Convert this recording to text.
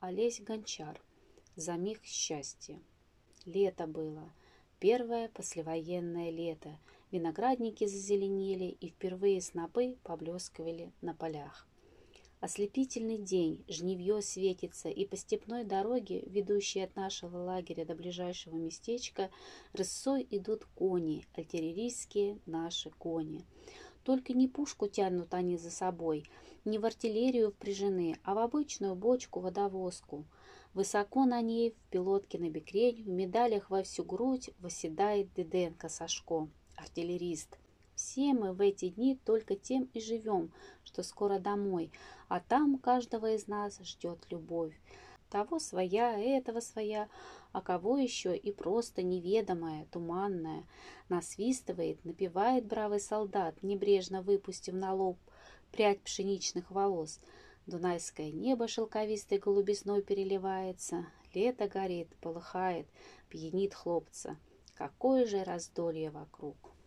Олесь Гончар. За миг счастья. Лето было. Первое послевоенное лето. Виноградники зазеленели, и впервые снопы поблескивали на полях. Ослепительный день, жнивье светится, и по степной дороге, ведущей от нашего лагеря до ближайшего местечка, рысцой идут кони, артиллерийские наши кони. Только не пушку тянут они за собой, не в артиллерию впряжены, а в обычную бочку-водовозку. Высоко на ней, в пилотке на бекрень, в медалях во всю грудь восседает Диденко Сашко, артиллерист. Все мы в эти дни только тем и живем, что скоро домой, а там каждого из нас ждет любовь. Того своя, этого своя, а кого еще и просто неведомая, туманная. Насвистывает, напевает бравый солдат, небрежно выпустив на лоб прядь пшеничных волос. Дунайское небо шелковистой голубизной переливается, лето горит, полыхает, пьянит хлопца. Какое же раздолье вокруг!